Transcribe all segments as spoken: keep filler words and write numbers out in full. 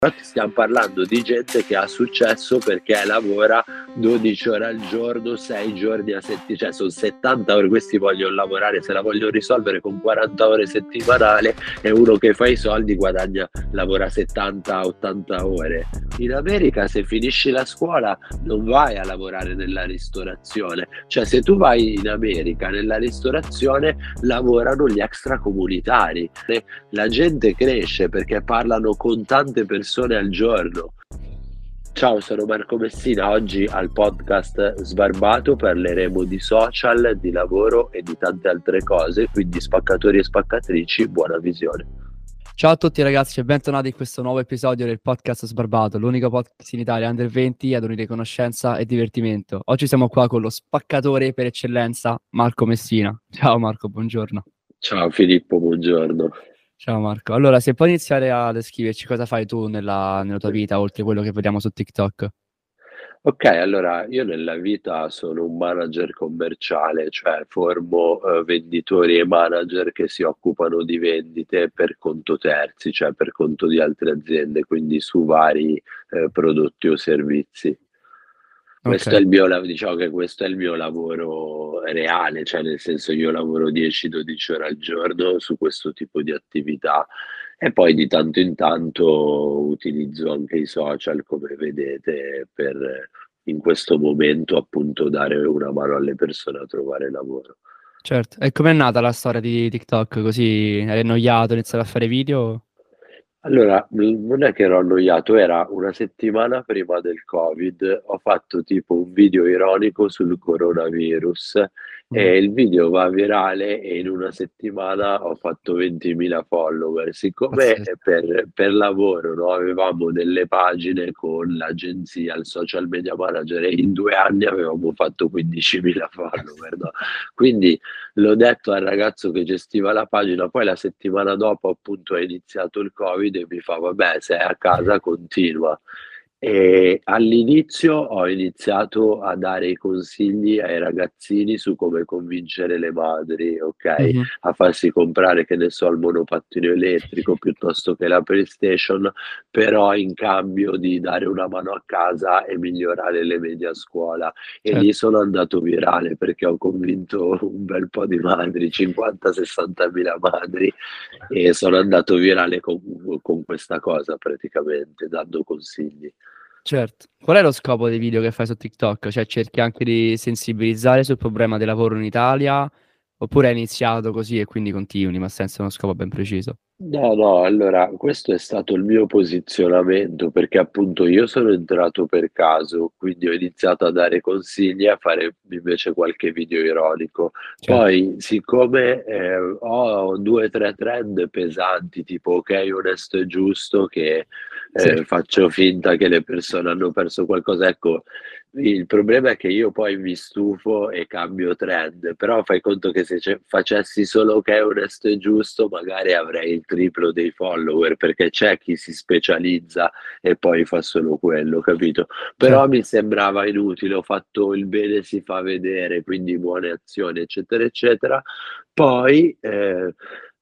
Infatti stiamo parlando di gente che ha successo perché lavora dodici ore al giorno, sei giorni a settimana, cioè sono settanta ore, questi vogliono lavorare, se la vogliono risolvere con quaranta ore settimanali, e uno che fa i soldi guadagna, lavora settanta ottanta ore. In America se finisci la scuola non vai a lavorare nella ristorazione, cioè se tu vai in America nella ristorazione lavorano gli extracomunitari, la gente cresce perché parlano con tante persone al giorno. Ciao, sono Marco Messina, oggi al podcast Sbarbato parleremo di social, di lavoro e di tante altre cose, quindi spaccatori e spaccatrici, buona visione. Ciao a tutti ragazzi e bentornati in questo nuovo episodio del podcast Sbarbato, l'unico podcast in Italia under venti ad unire conoscenza e divertimento. Oggi siamo qua con lo spaccatore per eccellenza, Marco Messina. Ciao Marco, buongiorno. Ciao Filippo, buongiorno. Ciao Marco. Allora, se puoi iniziare a descriverci cosa fai tu nella, nella tua vita, oltre a quello che vediamo su TikTok. Ok, allora io nella vita sono un manager commerciale, cioè formo eh, venditori e manager che si occupano di vendite per conto terzi, cioè per conto di altre aziende, quindi su vari eh, prodotti o servizi. Questo è Ok, il mio, la- diciamo che questo è il mio lavoro reale, cioè nel senso io lavoro dieci dodici ore al giorno su questo tipo di attività e poi di tanto in tanto utilizzo anche i social, come vedete, per in questo momento appunto dare una mano alle persone a trovare lavoro. certo. E com'è nata la storia di TikTok? Così eri annoiato, iniziavi a fare video? Allora, n- non è che ero annoiato, era una settimana prima del Covid, ho fatto tipo un video ironico sul coronavirus Mm. e il video va virale e in una settimana ho fatto ventimila follower. Siccome Pazzesco. eh, per, per lavoro, no, avevamo delle pagine con l'agenzia, il social media manager e in due anni avevamo fatto quindicimila follower, no? Quindi l'ho detto al ragazzo che gestiva la pagina, poi la settimana dopo appunto è iniziato il Covid e mi fa, vabbè, sei a casa, continua. E all'inizio ho iniziato a dare i consigli ai ragazzini su come convincere le madri, ok? Mhm. A farsi comprare, che ne so, il monopattino elettrico piuttosto che la PlayStation, però in cambio di dare una mano a casa e migliorare le medie a scuola. E lì Certo. sono andato virale perché ho convinto un bel po' di madri, cinquanta sessanta mila madri, e sono andato virale con, con questa cosa praticamente, dando consigli. Certo. Qual è lo scopo dei video che fai su TikTok? Cioè cerchi anche di sensibilizzare sul problema del lavoro in Italia oppure hai iniziato così e quindi continui, ma senza uno scopo ben preciso? No, no, allora questo è stato il mio posizionamento perché appunto io sono entrato per caso, quindi ho iniziato a dare consigli e a fare invece qualche video ironico. Certo. Poi, siccome eh, ho due o tre trend pesanti, tipo ok, onesto e giusto, che Sì. eh, faccio finta che le persone hanno perso qualcosa, ecco, il problema è che io poi mi stufo e cambio trend, però fai conto che se ce- facessi solo ok, onesto e giusto, magari avrei il triplo dei follower, perché c'è chi si specializza e poi fa solo quello, capito? Però Certo. mi sembrava inutile, ho fatto il bene si fa vedere, quindi buone azioni, eccetera, eccetera. Poi eh,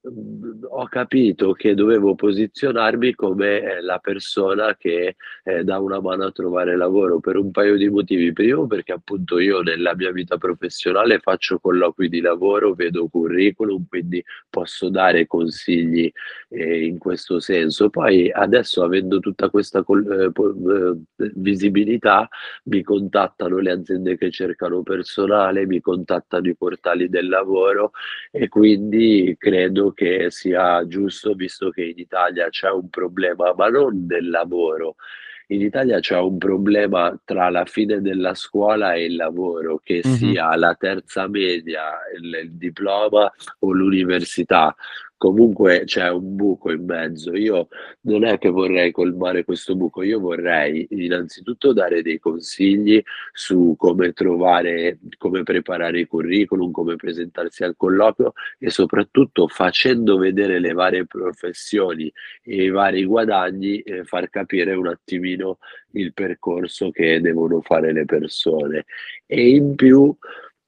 mh, ho capito che dovevo posizionarmi come eh, la persona che eh, dà una mano a trovare lavoro per un paio di motivi. Primo, perché appunto io nella mia vita professionale faccio colloqui di lavoro, vedo curriculum, quindi posso dare consigli eh, in questo senso. Poi adesso, avendo tutta questa col- eh, po- eh, visibilità, mi contattano le aziende che cercano personale, mi contattano i portali del lavoro, e quindi credo che sia giusto, visto che in Italia c'è un problema, ma non del lavoro. In Italia c'è un problema tra la fine della scuola e il lavoro, che Mhm. sia la terza media, il, il diploma o l'università. Comunque c'è un buco in mezzo. Io non è che vorrei colmare questo buco, io vorrei innanzitutto dare dei consigli su come trovare, come preparare i curriculum, come presentarsi al colloquio e soprattutto facendo vedere le varie professioni e i vari guadagni, eh, far capire un attimino il percorso che devono fare le persone. E in più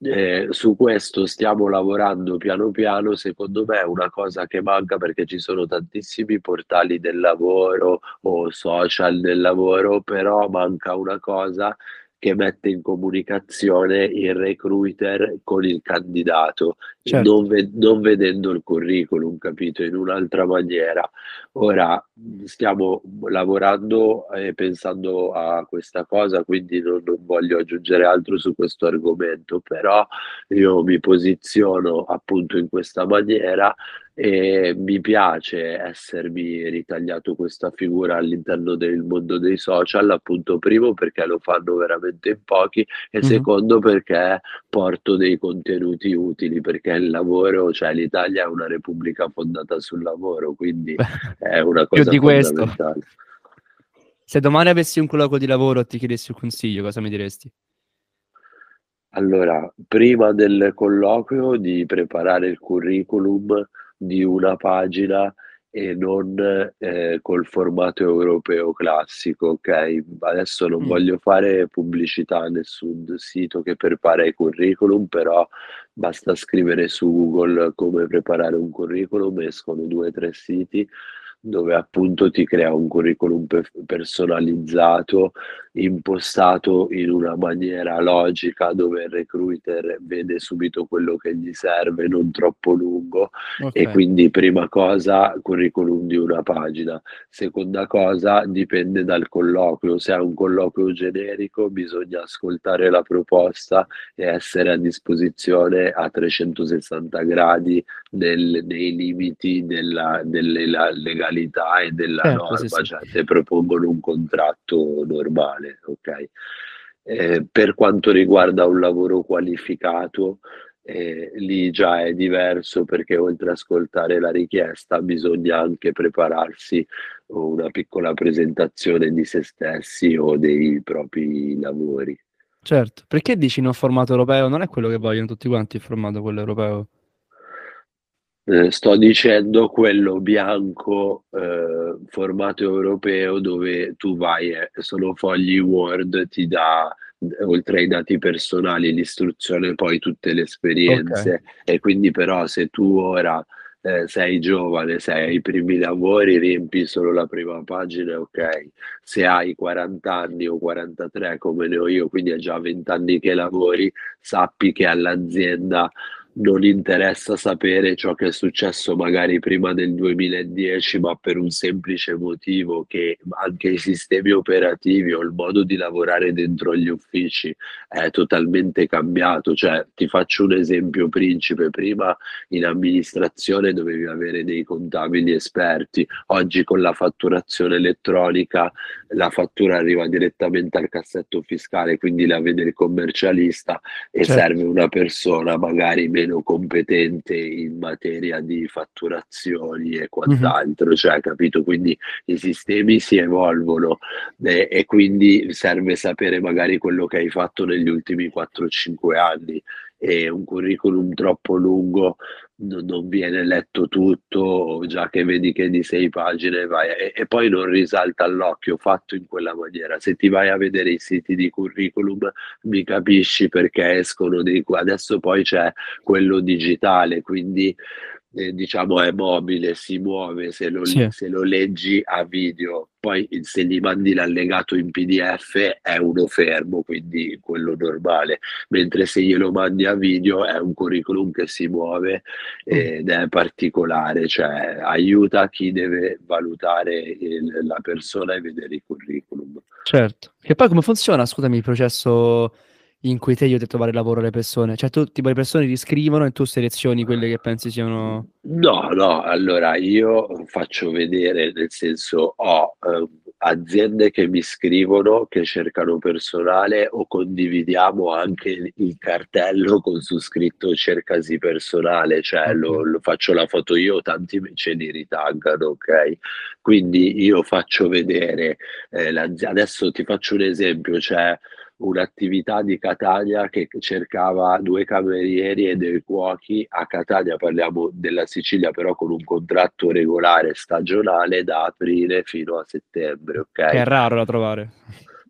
Ehm, su questo stiamo lavorando piano piano, secondo me è una cosa che manca perché ci sono tantissimi portali del lavoro o social del lavoro, però manca una cosa che mette in comunicazione il recruiter con il candidato, e Certo. non ve non vedendo il curriculum, capito, in un'altra maniera. Ora, mhmm, stiamo lavorando e pensando a questa cosa, quindi non non voglio aggiungere altro su questo argomento, però io mi posiziono appunto in questa maniera e mi piace essermi ritagliato questa figura all'interno del mondo dei social, appunto primo perché lo fanno veramente in pochi e Mh-mh. secondo perché porto dei contenuti utili, perché il lavoro cioè l'Italia è una repubblica fondata sul lavoro, quindi Beh, è una più cosa di questo. fondamentale. Se domani avessi un colloquio di lavoro e ti chiedessi un consiglio, cosa mi diresti? Allora, prima del colloquio di preparare il curriculum di una pagina e non, ehm, col formato europeo classico, okay. Adesso non Mh, voglio fare pubblicità a nessun sito che prepara i curriculum, però basta scrivere su Google come preparare un curriculum, escono due, tre siti dove appunto ti crea un curriculum pef personalizzato, impostato in una maniera logica, dove il recruiter vede subito quello che gli serve, non troppo lungo e okay. quindi prima cosa curriculum di una pagina. Seconda cosa, dipende dal colloquio. Se è un colloquio generico bisogna ascoltare la proposta e essere a disposizione a trecentosessanta gradi nel nei limiti della delle la legalità e della Certo, sì, norma, sì. cioè se propongono un contratto normale, okay. Ehm, per quanto riguarda un lavoro qualificato, ehm, lì già è diverso perché oltre a ascoltare la richiesta bisogna anche prepararsi una piccola presentazione di se stessi o dei propri lavori. Certo. Perché dici no formato europeo? Non è quello che vogliono tutti quanti il formato quello europeo? Ehm, sto dicendo quello bianco, ehm, formato europeo dove tu vai e sono fogli Word, ti dà, mhmm, oltre ai dati personali, l'istruzione, poi tutte le Okay. esperienze e quindi però se tu ora, ehm, sei giovane, sei ai primi lavori, riempi solo la prima pagina e okay. Se hai quaranta anni o quarantatré come ne ho io, quindi è già venti anni che lavori, sappi che all'azienda non interessa sapere ciò che è successo magari prima del duemiladieci, ma per un semplice motivo che anche i sistemi operativi o il modo di lavorare dentro gli uffici è totalmente cambiato. Cioè, ti faccio un esempio principe: prima in amministrazione dovevi avere dei contabili esperti, oggi con la fatturazione elettronica la fattura arriva direttamente al cassetto fiscale, quindi la vede il commercialista e serve Certo. una persona magari meno competente in materia di fatturazioni e Mh-mh. quant'altro, cioè capito? Quindi i sistemi si evolvono, e e quindi serve sapere magari quello che hai fatto negli ultimi quattro, cinque anni e un curriculum troppo lungo no non viene letto tutto, o già che vedi che è di sei pagine vai e e poi non risalta all'occhio fatto in quella maniera. Se ti vai a vedere i siti di curriculum mi capisci perché escono dei qua adesso poi c'è quello digitale, quindi, ehm, diciamo è mobile, si muove, se lo l Sì. se lo leggi a video, poi il se gli mandi l'allegato in P D F è uno fermo, quindi quello normale, mentre se glielo mandi a video è un curriculum che si muove Mh. ed è particolare, cioè aiuta chi deve valutare il la persona e vedere i curriculum. Certo. Che poi come funziona, scusami, il processo in cui te aiuti a trovare lavoro alle persone? Cioè tu tipo le persone ti scrivono e tu selezioni quelle che pensi siano No, no, allora io faccio vedere, nel senso ho, uhm, aziende che mi scrivono, che cercano personale o condividiamo anche il il cartello con su scritto "cercasi personale", cioè lo okay. lo faccio la foto io, tanti me ce li ritaggano, okay, quindi io faccio vedere, ehm, l'azi adesso ti faccio un esempio, c'è un'attività di Catania che c cercava due camerieri e dei cuochi a Catania, parliamo della Sicilia, però con un contratto regolare stagionale da aprile fino a settembre, Che okay? è raro da trovare.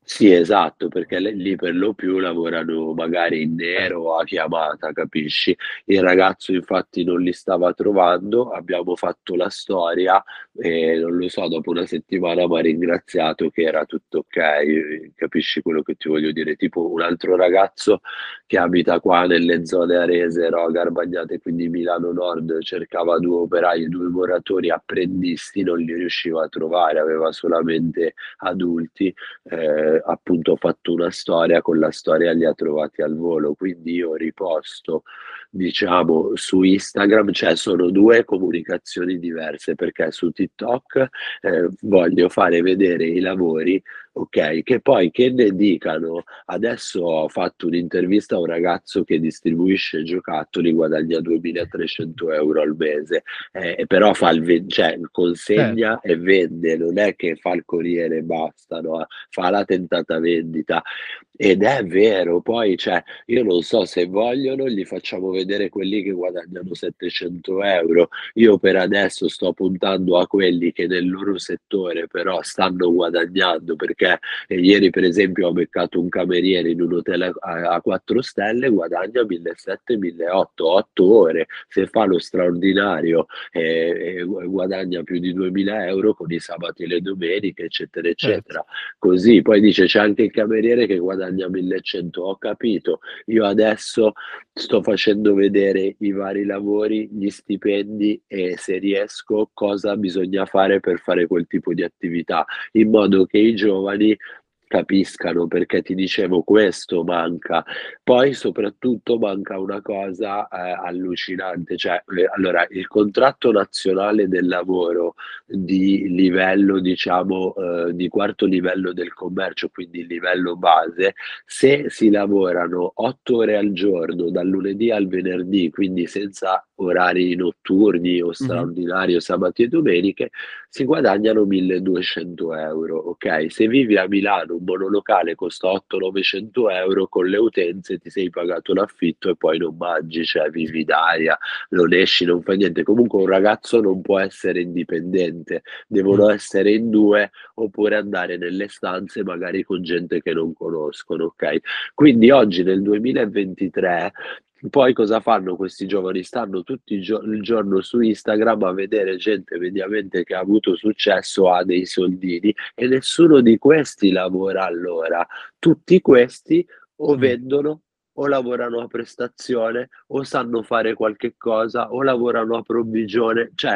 Sì, esatto, perché le lì per lo più lavorano magari in Cer nero o a chiamata, capisci? Il ragazzo infatti non li stava trovando, abbiamo fatto la storia e non lo so, dopo una settimana m'ha ringraziato che era tutto okay, capisci quello che ti voglio dire? Tipo un altro ragazzo che abita qua nelle zone arese, no, Garbagnate, quindi Milano Nord, cercava due operai e due muratori apprendisti, non li riusciva a trovare, aveva solamente adulti. Ehm, appunto ho fatto una storia, con la storia li ha trovati al volo, quindi io riposto, diciamo, su Instagram, cioè sono due comunicazioni diverse, perché su TikTok, ehm, voglio fare vedere i lavori, okay, che poi che ne dicano adesso ho fatto un'intervista a un ragazzo che distribuisce giocattoli, guadagna duemilatrecento euro al mese, eh, e però fa il ve cioè certo, consegna e vende, non è che fa il corriere e basta, no, fa la tentata vendita. Ed è vero, poi cioè, io non so se vogliono gli facciamo vedere quelli che guadagnano settecento euro. Io per adesso sto puntando a quelli che nel loro settore però stanno guadagnando, perché, ehm, ieri per esempio ho beccato un cameriere in un hotel a a a quattro stelle, guadagna millesettecento, milleottocento, otto ore. Se fa lo straordinario, ehm, e gu guadagna più di duemila euro con i sabati e le domeniche, eccetera, certo. eccetera. Così, poi dice: "C'è anche il cameriere che guadagna millecento". Ho capito, io adesso sto facendo vedere i vari lavori, gli stipendi e se riesco cosa bisogna fare per fare quel tipo di attività, in modo che i giovani capiscano, perché ti dicevo questo manca. Poi soprattutto manca una cosa, ehm, allucinante, cioè, ehm, allora il contratto nazionale del lavoro di livello diciamo, uhm, di quarto livello del commercio, quindi il livello base, se si lavorano otto ore al giorno, dal lunedì al venerdì, quindi senza orari notturni o Mh-mh. straordinari o sabati e domeniche, si guadagnano milleduecento euro, okay. Se vivi a Milano, un monolocale costa otto, novecento euro, con le utenze ti sei pagato l'affitto e poi non mangi, cioè vivi d'aria, non esci, non fai niente. Comunque un ragazzo non può essere indipendente, Mh. devono essere in due oppure andare nelle stanze magari con gente che non conoscono, okay. Quindi oggi nel duemilaventitré poi cosa fanno questi giovani? Stanno tutti il gio il giorno su Instagram a vedere gente mediamente che ha avuto successo, ha dei soldini e nessuno di questi lavora all'ora. Tutti questi o Mh. vendono o lavorano a prestazione o sanno fare qualche cosa o lavorano a provvigione, cioè,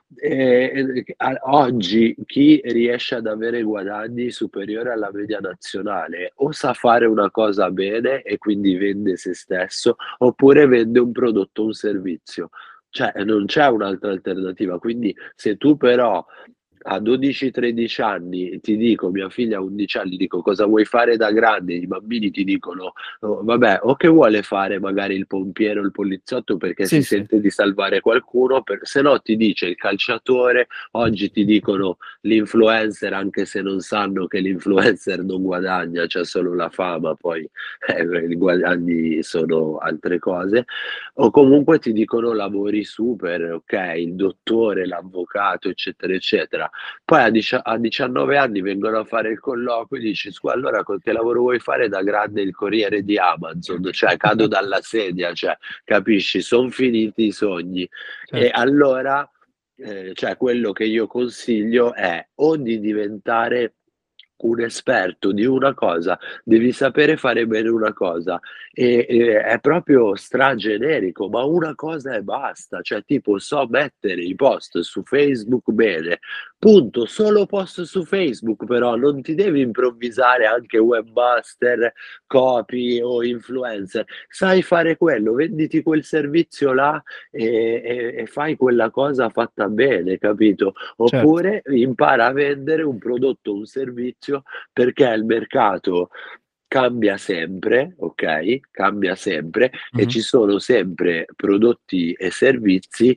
ehm, a oggi chi riesce ad avere guadagni superiori alla media nazionale o sa fare una cosa bene e quindi vende se stesso, oppure vende un prodotto o un servizio. Cioè, non c'è un'altra alternativa. Quindi se tu però a dodici, tredici anni ti dico mia figlia ha undici anni, dico: "Cosa vuoi fare da grande?" I bambini ti dicono: "Oh, vabbè, o che vuole fare magari il pompiere o il poliziotto perché Sì, si sì. sente di salvare qualcuno, per se no ti dice il calciatore, oggi ti dicono l'influencer, anche se non sanno che l'influencer non guadagna, c'ha solo la fama, poi, eh, i guadagni sono altre cose, o comunque ti dicono lavori super, okay, il dottore, l'avvocato, eccetera, eccetera. Poi a dicia a diciannove anni vengono a fare il colloquio e dici: "Scusa, allora co che lavoro vuoi fare da grande?" "Il corriere di Amazon." Cioè cado dalla sedia, cioè capisci, son finiti i sogni. E Certo. allora, ehm, cioè quello che io consiglio è o di diventare un esperto di una cosa, devi sapere fare bene una cosa, e e è proprio stragenerico, ma una cosa e basta, cioè tipo so mettere i post su Facebook bene, punto, solo post su Facebook però, non ti devi improvvisare anche webmaster, copy o influencer. Sai fare quello, venditi quel servizio là e e e fai quella cosa fatta bene, capito? Certo. Oppure impara a vendere un prodotto o un servizio perché il mercato cambia sempre, okay, cambia sempre e Mh-mh. ci sono sempre prodotti e servizi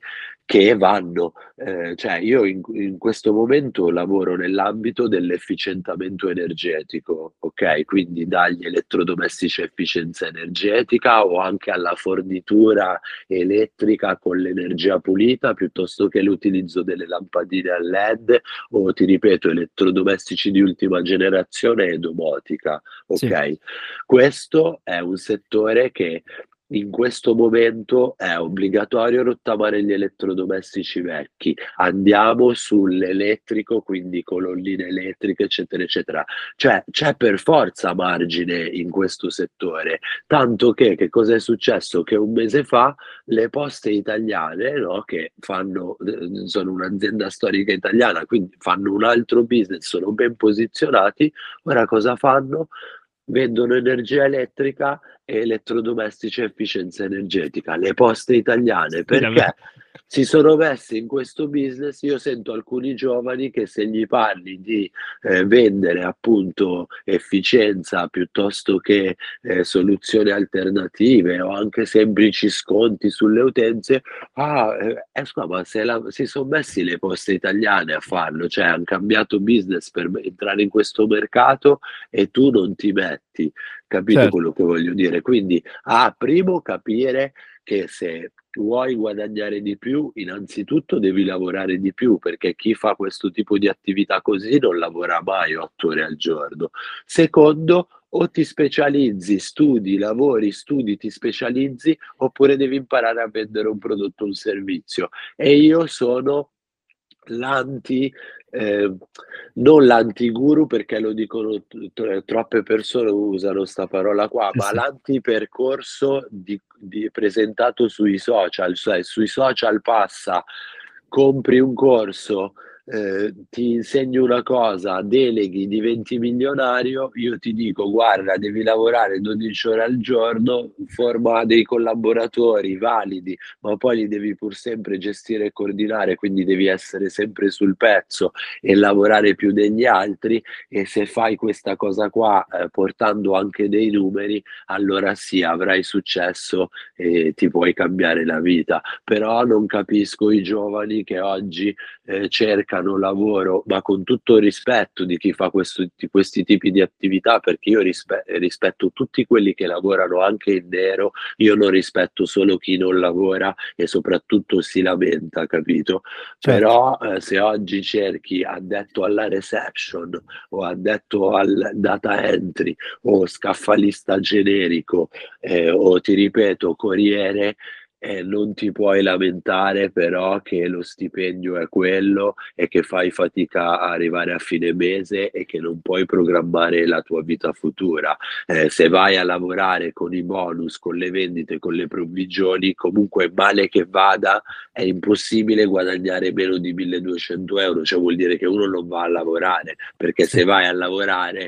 che vanno, ehm, cioè io in in questo momento lavoro nell'ambito dell'efficientamento energetico, okay, quindi dagli elettrodomestici a efficienza energetica o anche alla fornitura elettrica con l'energia pulita, piuttosto che l'utilizzo delle lampadine a led o, ti ripeto, elettrodomestici di ultima generazione e domotica, Sì. okay. Questo è un settore che in questo momento è obbligatorio rottamare gli elettrodomestici vecchi. Andiamo sull'elettrico, quindi colonnine elettriche, eccetera, eccetera. Cioè, c'è per forza margine in questo settore, tanto che che cosa è successo? Che un mese fa le Poste Italiane, no, che fanno ehm, sono un'azienda storica italiana, quindi fanno un altro business, sono ben posizionati, ora cosa fanno? Vendono energia elettrica e elettrodomestici a efficienza energetica. Le Poste Italiane, Sì, davvero. perché si sono messi in questo business. Io sento alcuni giovani che se gli parli di, ehm, vendere appunto efficienza piuttosto che, ehm, soluzioni alternative o anche semplici sconti sulle utenze, "Ah, ehm, eh scusa, ma se la si son messi le Poste Italiane a farlo, cioè han cambiato business per me entrare in questo mercato e tu non ti metti." Capito Certo, quello che voglio dire? Quindi, ah, primo capire che se vuoi guadagnare di più, innanzitutto devi lavorare di più, perché chi fa questo tipo di attività così non lavora mai otto ore al giorno. Secondo, o ti specializzi, studi, lavori, studi, ti specializzi, oppure devi imparare a vendere un prodotto o un servizio. E io sono l'anti ehm, non l'antiguru perché lo dicono t tr troppe persone usano 'sta parola qua, sì, ma sì. l'antipercorso di di presentato sui social, cioè sui social passa, compri un corso, ehm, ti insegno una cosa, deleghi, diventi milionario, io ti dico: "Guarda, devi lavorare dodici ore al giorno, forma dei collaboratori validi, ma poi li devi pur sempre gestire e coordinare, quindi devi essere sempre sul pezzo e lavorare più degli altri e se fai questa cosa qua, ehm, portando anche dei numeri, allora sì, avrai successo e ti puoi cambiare la vita." Però non capisco i giovani che oggi, ehm, cercano lavoro, ma con tutto il rispetto di chi fa questo di questi tipi di attività, perché io rispe rispetto tutti quelli che lavorano anche in nero, io non rispetto solo chi non lavora e soprattutto si lamenta, capito? Certo. Però, ehm, se oggi cerchi addetto alla reception o addetto al data entry o scaffalista generico, ehm, o ti ripeto corriere, ehm, non ti puoi lamentare però che lo stipendio è quello e che fai fatica a arrivare a fine mese e che non puoi programmare la tua vita futura. Ehm, se vai a lavorare con i bonus, con le vendite, con le provvigioni, comunque male che vada è impossibile guadagnare meno di milleduecento euro, cioè vuol dire che uno non va a lavorare, perché Sì, se vai a lavorare,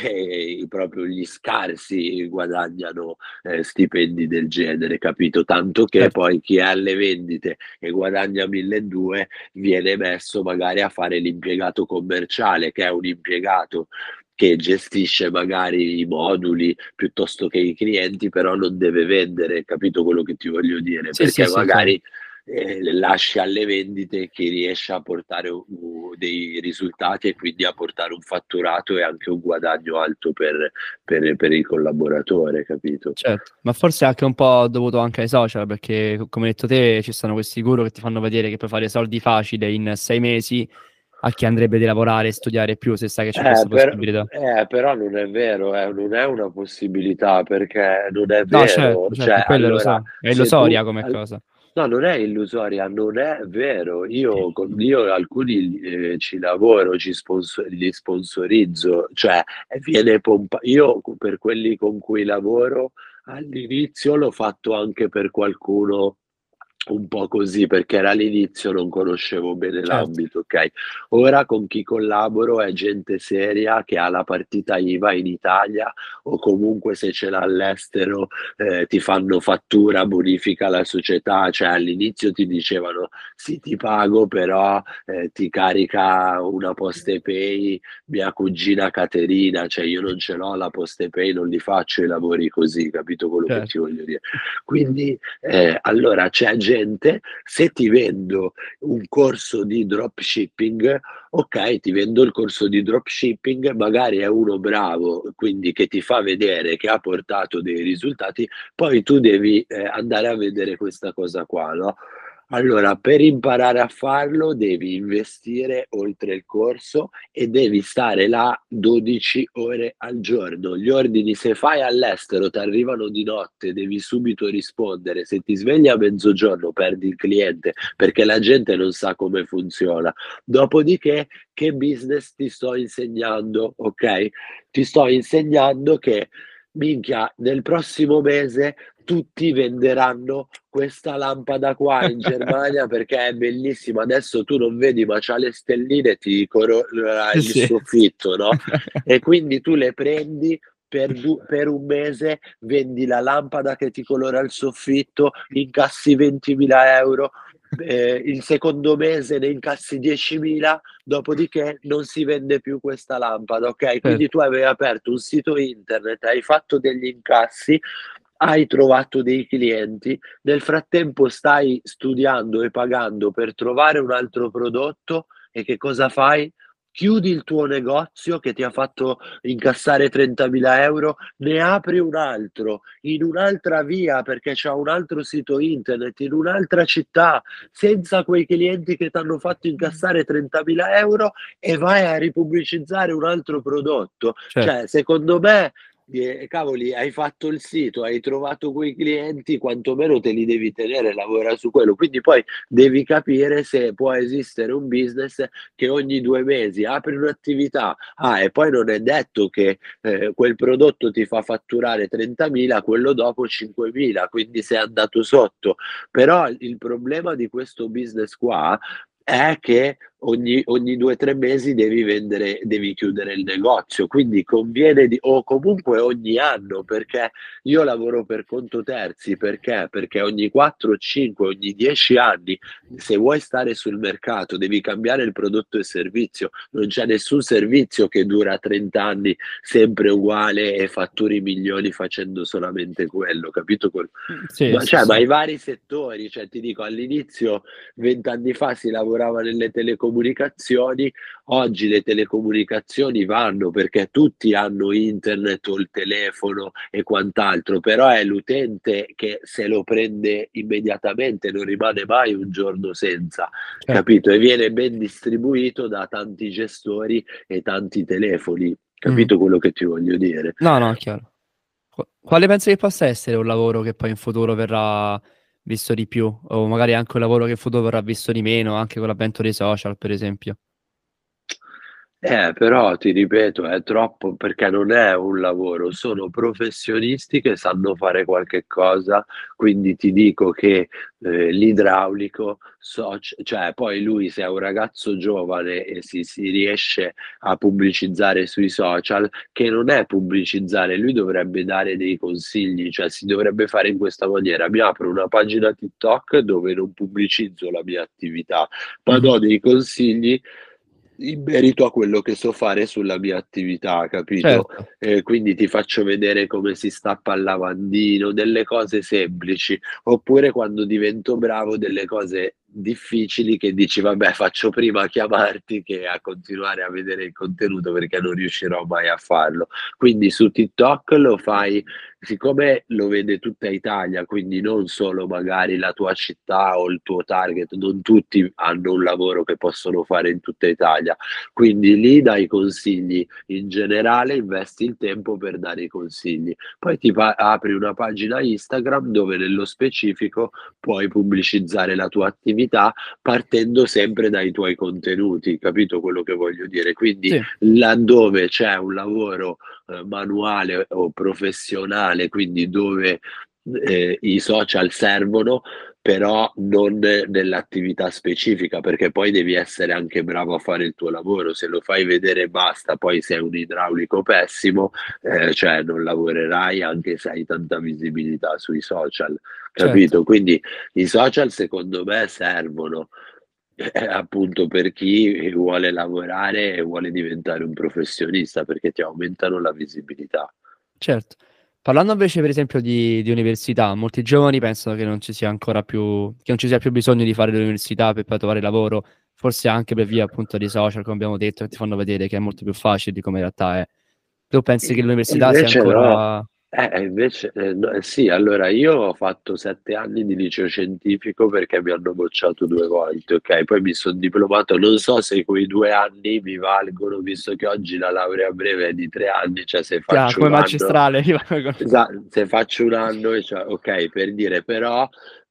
eh, proprio gli scarsi guadagnano, ehm, stipendi del genere, capito? Tanto che certo. poi chi è alle vendite e guadagna milleduecento viene messo magari a fare l'impiegato commerciale, che è un impiegato che gestisce magari i moduli piuttosto che i clienti, però non deve vendere, capito quello che ti voglio dire? Sì, sì, Perché sì, chiaro. magari ehm, lasci alle vendite chi riesce a portare u u dei risultati e quindi a portare un fatturato e anche un guadagno alto per per per il collaboratore, capito? Certo, ma forse è anche un po' dovuto anche ai social, perché co come hai detto te ci stanno questi guru che ti fanno vedere che puoi fare soldi facile in sei mesi, a chi andrebbe di lavorare e studiare più se sai che c'è Eh, questa per possibilità. eh, però non è vero, eh, non è una possibilità, perché non è No, certo, vero. certo, Cioè, quello lo allora, so. È se tu illusoria come al cosa. no, non è illusoria, non è vero. Io con io alcuni, ehm, ci lavoro, ci sponso li sponsorizzo, cioè, e viene pompa io co per quelli con cui lavoro all'inizio l'ho fatto anche per qualcuno un po' così, perché era all'inizio, non conoscevo bene Certo, l'ambito, okay. Ora con chi collaboro è gente seria che ha la partita I V A in Italia o comunque se ce l'ha all'estero, ehm, ti fanno fattura, bonifica la società, cioè all'inizio ti dicevano: "Sì, ti pago, però, ehm, ti carica una Postepay mia cugina Caterina", cioè io non ce l'ho la Postepay, non li faccio i lavori così, capito quello che certo. ti voglio dire? Quindi, ehm, allora c'è gente gente, se ti vendo un corso di dropshipping, okay, ti vendo il corso di dropshipping, magari è uno bravo, quindi che ti fa vedere che ha portato dei risultati, poi tu devi, ehm, andare a vedere questa cosa qua, no. Allora, per imparare a farlo devi investire oltre il corso e devi stare là dodici ore al giorno. Gli ordini, se fai all'estero, t'arrivano di notte, devi subito rispondere. Se ti svegli a mezzogiorno perdi il cliente, perché la gente non sa come funziona. Dopodiché, che business ti sto insegnando, okay? Ti sto insegnando che, minchia, nel prossimo mese tutti venderanno questa lampada qua in Germania perché è bellissima. Adesso tu non vedi, ma c'ha le stelline e ti colora Sì, il sì. soffitto, no, e quindi tu le prendi per du per un mese, vendi la lampada che ti colora il soffitto, incassi ventimila euro, ehm, il secondo mese ne incassi diecimila, dopodiché non si vende più questa lampada, okay, quindi Certo. tu avevi aperto un sito internet, hai fatto degli incassi, hai trovato dei clienti, nel frattempo stai studiando e pagando per trovare un altro prodotto e che cosa fai? Chiudi il tuo negozio che ti ha fatto incassare trentamila euro, ne apri un altro, in un'altra via perché c'ha un altro sito internet, in un'altra città, senza quei clienti che t'hanno fatto incassare trentamila euro e vai a ripubblicizzare un altro prodotto. Certo. Cioè, secondo me, ehm, cavoli, hai fatto il sito, hai trovato quei clienti, quantomeno te li devi tenere, lavora su quello. Quindi poi devi capire se può esistere un business che ogni due mesi apri un'attività, ah, e poi non è detto che, ehm, quel prodotto ti fa fatturare trentamila, quello dopo cinquemila, quindi sei andato sotto. Però il problema di questo business qua è che ogni ogni due, tre mesi devi vendere devi chiudere il negozio, quindi conviene di o comunque ogni anno, perché io lavoro per conto terzi, perché? Perché ogni quattro, cinque, ogni dieci anni, se vuoi stare sul mercato devi cambiare il prodotto e servizio. Non c'è nessun servizio che dura trenta anni sempre uguale e fatturi milioni facendo solamente quello, capito quel Mh, sì, ma sì, cioè, ma sì. i vari settori, cioè ti dico all'inizio venti anni fa si lavorava nelle telecomunicazioni, oggi le telecomunicazioni vanno perché tutti hanno internet o il telefono e quant'altro, però è l'utente che se lo prende immediatamente, non rimane mai un giorno senza, Certo. capito? E viene ben distribuito da tanti gestori e tanti telefoni. Mh. Capito quello che ti voglio dire? No, no, è chiaro. Qu quale pensi che possa essere un lavoro che poi in futuro verrà visto di più? O magari anche un lavoro che in futuro verrà visto di meno, anche con l'avvento dei social, per esempio? Eh, però ti ripeto, è troppo perché non è un lavoro, sono professionisti che sanno fare qualche cosa, quindi ti dico che, ehm, l'idraulico soc cioè poi lui se è un ragazzo giovane e si si riesce a pubblicizzare sui social, che non è pubblicizzare, lui dovrebbe dare dei consigli, cioè si dovrebbe fare in questa maniera: mi apro una pagina TikTok dove non pubblicizzo la mia attività, ma Mh-mh. do dei consigli in merito a quello che so fare sulla mia attività, capito? Certo. Ehm, quindi ti faccio vedere come si stappa il lavandino, delle cose semplici, oppure quando divento bravo delle cose difficili che dici: "Vabbè, faccio prima a chiamarti che a continuare a vedere il contenuto perché non riuscirò mai a farlo". Quindi su TikTok lo fai siccome lo vede tutta Italia, quindi non solo magari la tua città o il tuo target, non tutti hanno un lavoro che possono fare in tutta Italia. Quindi lì dai consigli, in generale investi il tempo per dare i consigli. Poi ti pa apri una pagina Instagram dove nello specifico puoi pubblicizzare la tua attività partendo sempre dai tuoi contenuti, capito quello che voglio dire? Quindi Sì, laddove c'è un lavoro, ehm, manuale o professionale, quindi dove, ehm, i social servono, però non nell'attività specifica, perché poi devi essere anche bravo a fare il tuo lavoro. Se lo fai vedere e basta, poi sei un idraulico pessimo, ehm, cioè non lavorerai anche se hai tanta visibilità sui social, certo. capito? Quindi i social secondo me servono, eh, appunto per chi vuole lavorare e vuole diventare un professionista, perché ti aumentano la visibilità. Certo. Parlando invece per esempio di, di università, molti giovani pensano che non ci sia ancora più, che non ci sia più bisogno di fare l'università per poi trovare lavoro, forse anche per via appunto dei social, come abbiamo detto, che ti fanno vedere che è molto più facile di come in realtà è. Tu pensi che E l'università sia invece no. ancora... Eh, e invece eh, no, eh, sì, allora io ho fatto sette anni di liceo scientifico perché mi hanno bocciato due volte, ok? Poi mi sono diplomato, non so se quei due anni mi valgono, visto che oggi la laurea breve è di tre anni, cioè se Chiaro, faccio come un anno, magistrale, io con- esa- se faccio un anno, e cioè, ok, per dire, però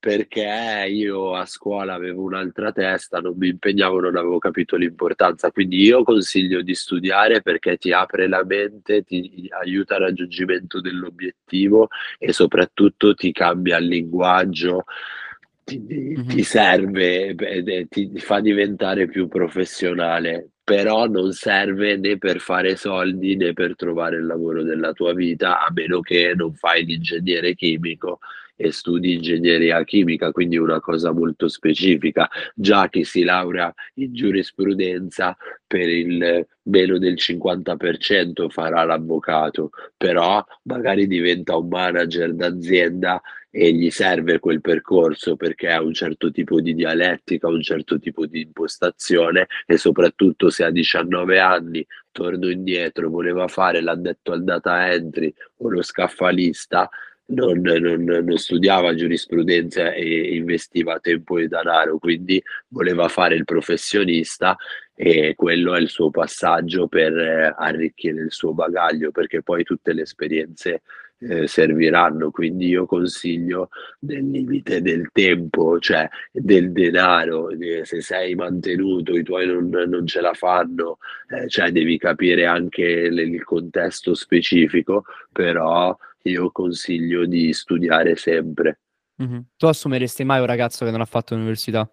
perché io a scuola avevo un'altra testa, non mi impegnavo, non avevo capito l'importanza. Quindi io consiglio di studiare perché ti apre la mente, ti aiuta al raggiungimento dell'obiettivo e soprattutto ti cambia il linguaggio, ti, ti- ti Mhm. serve, ed è- ti fa diventare più professionale. Però non serve né per fare soldi né per trovare il lavoro della tua vita, a meno che non fai l'ingegnere chimico e studi ingegneria chimica, quindi una cosa molto specifica. Già chi si laurea in giurisprudenza per il meno del cinquanta per cento farà l'avvocato, però magari diventa un manager d'azienda e gli serve quel percorso perché ha un certo tipo di dialettica, un certo tipo di impostazione e soprattutto se a diciannove anni, torno indietro, voleva fare l'addetto al data entry o lo scaffalista, non, non- non studiava giurisprudenza e investiva tempo e denaro, quindi voleva fare il professionista e quello è il suo passaggio per eh, arricchire il suo bagaglio, perché poi tutte le esperienze eh, serviranno. Quindi io consiglio nel limite del tempo, cioè del denaro, eh, se sei mantenuto, i tuoi non, non ce la fanno, eh, cioè devi capire anche l- il contesto specifico, però io consiglio di studiare sempre, Mhm. Tu assumeresti mai un ragazzo che non ha fatto l'università?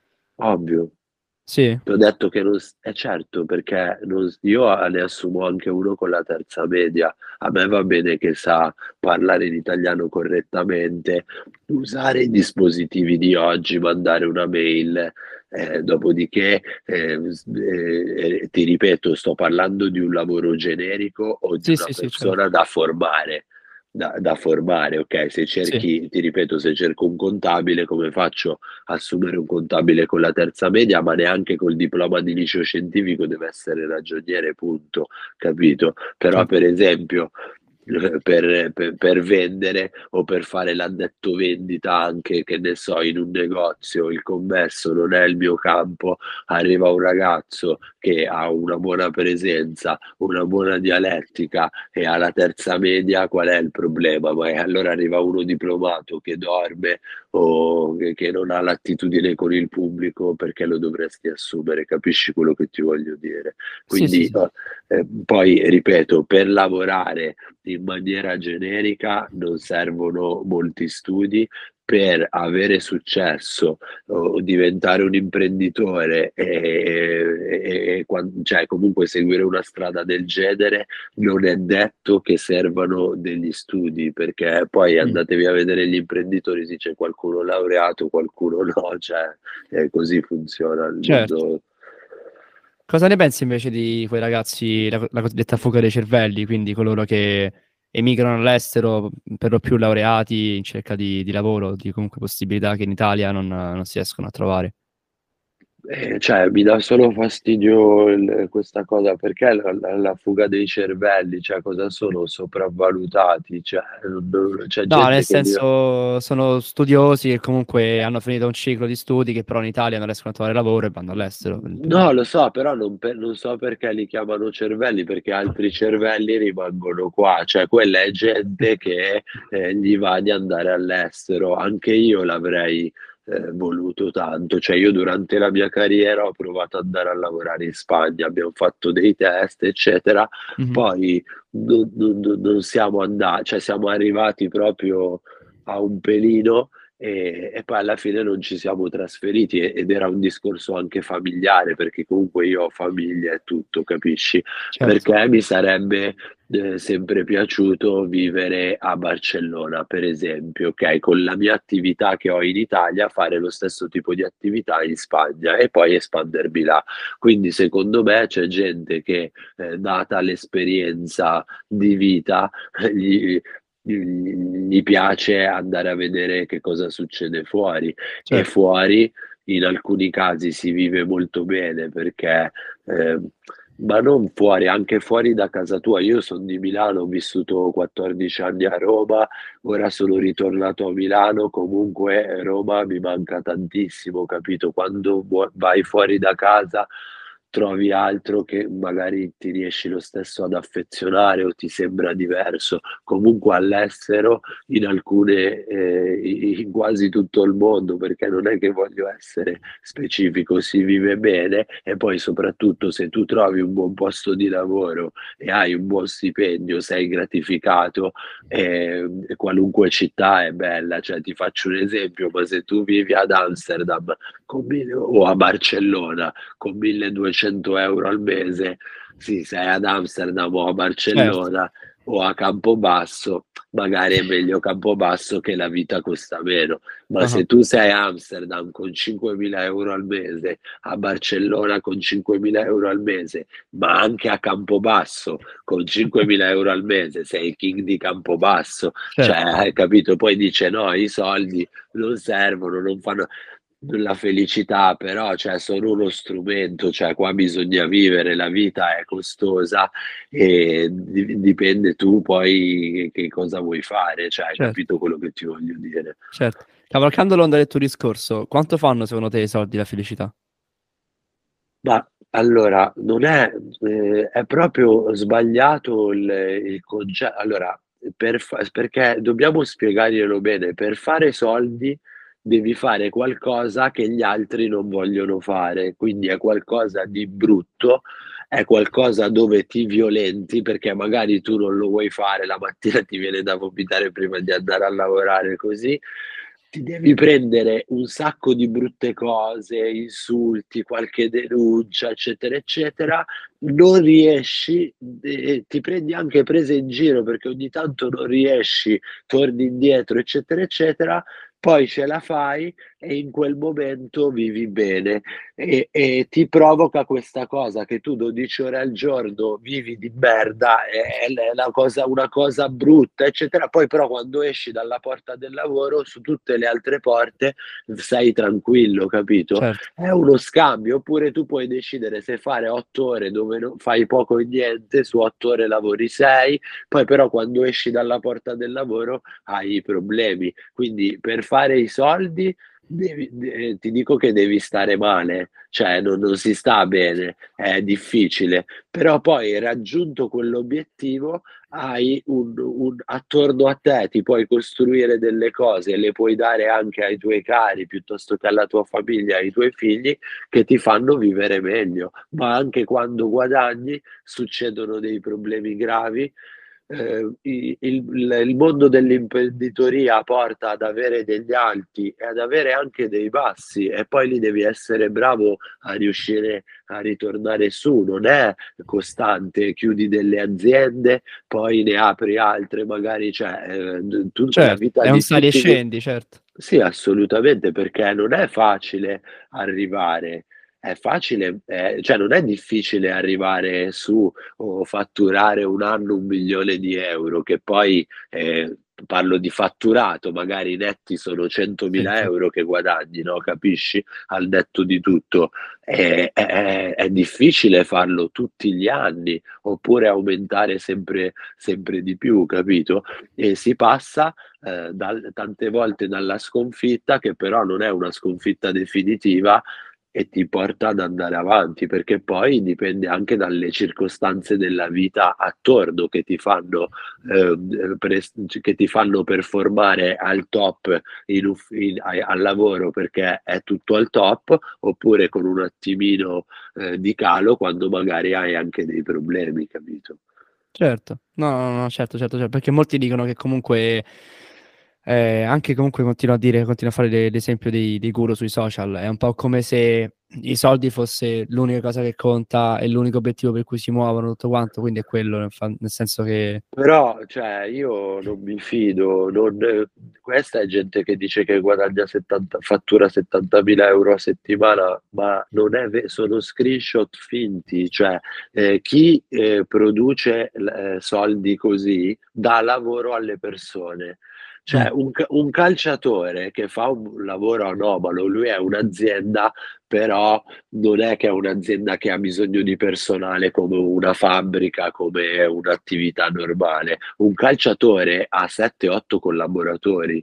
ovvio. Sì? Ti ho detto che non, s- è certo, perché non s- io a- ne assumo anche uno con la terza media. A me va bene che sa parlare in italiano correttamente, usare i dispositivi di oggi, mandare una mail. Eh, dopodiché, eh, s- eh, eh, ti ripeto, sto parlando di un lavoro generico o di Sì, una sì, sì, certo. persona da formare. Da, da formare, ok? Se Sì, cerchi, ti ripeto, se cerco un contabile, come faccio? Assumere un contabile con la terza media, ma neanche col diploma di liceo scientifico deve essere ragioniere, punto, capito? Però, certo. per esempio, eh, per, per- per vendere o per fare l'addetto vendita anche, che ne so, in un negozio, il commesso non è il mio campo, arriva un ragazzo che ha una buona presenza, una buona dialettica e alla terza media, qual è il problema? Ma allora arriva uno diplomato che dorme o che, che non ha l'attitudine con il pubblico, perché lo dovresti assumere, capisci quello che ti voglio dire? Sì, sì, Quindi sì. eh, eh, poi ripeto, per lavorare in maniera generica non servono molti studi. Per avere successo o diventare un imprenditore e, e- e quan- cioè comunque seguire una strada del genere, non è detto che servano degli studi, perché poi Mm, andatevi a vedere gli imprenditori, sì, c'è qualcuno laureato, qualcuno no, cioè eh, così funziona il certo. mondo. Cosa ne pensi invece di quei ragazzi, la, la cosiddetta fuga dei cervelli, quindi coloro che emigrano all'estero, per lo più laureati, in cerca di, di lavoro, di comunque possibilità che in Italia non, non si riescono a trovare? Eh, cioè, mi dà solo fastidio il- questa cosa, perché la, la- la fuga dei cervelli, cioè cosa sono sopravvalutati, cioè, non- non- c'è No, nel gente che li... senso sono studiosi che comunque hanno finito un ciclo di studi che però in Italia non riescono a trovare lavoro e vanno all'estero. per- per- No, lo so, però non, per- non so perché li chiamano cervelli, perché altri cervelli rimangono qua, cioè quella è gente che eh, gli va di andare all'estero. Anche io l'avrei eh, voluto tanto, cioè io durante la mia carriera ho provato ad andare a lavorare in Spagna, abbiamo fatto dei test, eccetera, Mhm. poi non, non- non- non siamo andati, cioè siamo arrivati proprio a un pelino e, e poi alla fine non ci siamo trasferiti e- ed era un discorso anche familiare perché comunque io ho famiglia e tutto, capisci? Certo. Perché mi sarebbe eh, sempre piaciuto vivere a Barcellona, per esempio, ok? Con la mia attività che ho in Italia, fare lo stesso tipo di attività in Spagna e poi espandermi là. Quindi secondo me c'è gente che, eh, data l'esperienza di vita, gli, gli gli piace andare a vedere che cosa succede fuori e Certo. fuori in alcuni casi si vive molto bene perché, ehm, ma non fuori, anche fuori da casa tua. Io son di Milano, ho vissuto quattordici anni a Roma, ora sono ritornato a Milano, comunque Roma mi manca tantissimo, capito? Quando vuo vai fuori da casa trovi altro che magari ti riesci lo stesso ad affezionare o ti sembra diverso. Comunque all'estero in alcune ehm, i in quasi tutto il mondo, perché non è che voglio essere specifico, si vive bene e poi soprattutto se tu trovi un buon posto di lavoro e hai un buon stipendio, sei gratificato, ehm, e qualunque città è bella. Cioè ti faccio un esempio, ma se tu vivi ad Amsterdam con mille o a Barcellona con milleduecento euro al mese, sì, sei ad Amsterdam o a Certo. Barcellona o a Campobasso, magari è meglio Campobasso che la vita costa meno. Ma Ah-ah. se tu sei a Amsterdam con cinquemila euro al mese, a Barcellona con cinquemila euro al mese, ma anche a Campobasso con cinquemila euro al mese, sei il king di Campobasso. Cioè, Certo. hai capito? Poi dice: "No, i soldi non servono, non fanno" la felicità però, cioè sono uno strumento, cioè qua bisogna vivere, la vita è costosa e di dipende tu poi che cosa vuoi fare, cioè hai Certo. capito quello che ti voglio dire. Certo. Cavalcando l'onda del tuo discorso, quanto fanno secondo te i soldi la felicità? Ma allora non è ehm, è proprio sbagliato il il conce allora per fa perché dobbiamo spiegarglielo bene, per fare soldi devi fare qualcosa che gli altri non vogliono fare, quindi è qualcosa di brutto, è qualcosa dove ti violenti perché magari tu non lo vuoi fare, la mattina ti viene da vomitare prima di andare a lavorare così, ti devi prendere un sacco di brutte cose, insulti, qualche denuncia, eccetera, eccetera, non riesci e ti prendi anche prese in giro perché ogni tanto non riesci, torni indietro, eccetera, eccetera, poi ce la fai e in quel momento vivi bene e e ti provoca questa cosa che tu dodici ore al giorno vivi di merda, è l è la cosa una cosa brutta, eccetera, poi però quando esci dalla porta del lavoro su tutte le altre porte sei tranquillo, capito? Certo. È uno scambio, oppure tu puoi decidere se fare otto ore dove non fai poco o niente, su otto ore lavori sei, poi però quando esci dalla porta del lavoro hai i problemi. Quindi per fare i soldi devi de ti dico che devi stare male, cioè non non si sta bene, è difficile, però poi raggiunto quell'obiettivo hai un un attorno a te ti puoi costruire delle cose, le puoi dare anche ai tuoi cari, piuttosto che alla tua famiglia, ai tuoi figli, che ti fanno vivere meglio. Ma anche quando guadagni succedono dei problemi gravi. Ehm, i il il il mondo dell'imprenditoria porta ad avere degli alti e ad avere anche dei bassi e poi lì devi essere bravo a riuscire a ritornare su, non è costante. Chiudi delle aziende, poi ne apri altre, magari cioè, ehm, d tu la Certo, vita è un di sali e tutti q scendi, certo. sì, assolutamente, perché non è facile arrivare. È facile ehm, cioè non è difficile arrivare su o fatturare un anno un milione di euro, che poi, ehm, parlo di fatturato, magari netti sono Sì, centomila sì. euro che guadagni, no, capisci? Al netto di tutto. Ehm, è è è difficile farlo tutti gli anni, oppure aumentare sempre sempre di più, capito? E si passa ehm, dal tante volte dalla sconfitta, che però non è una sconfitta definitiva e ti porta ad andare avanti, perché poi dipende anche dalle circostanze della vita attorno che ti fanno, ehm, pres c che ti fanno performare al top in uf in ai al lavoro perché è tutto al top, oppure con un attimino, ehm, di calo quando magari hai anche dei problemi, capito? Certo. No, no, no, certo, certo, cer perché molti dicono che comunque ehm, anche comunque continua a dire continua a fare l'e l'esempio dei dei guru sui social, è un po' come se i soldi fosse l'unica cosa che conta e l'unico obiettivo per cui si muovono, tutto quanto, quindi è quello, nel, fa- nel senso che... Però, cioè, io non mi fido, non questa è gente che dice che guadagna settanta fattura settantamila euro a settimana, ma non è ve sono screenshot finti, cioè, ehm, chi, ehm, produce l ehm, soldi così, dà lavoro alle persone. Mm, Cioè, un ca un calciatore che fa un lavoro anomalo, lui è un'azienda, però non è che è un'azienda che ha bisogno di personale come una fabbrica, come un'attività normale. Un calciatore ha sette, otto collaboratori,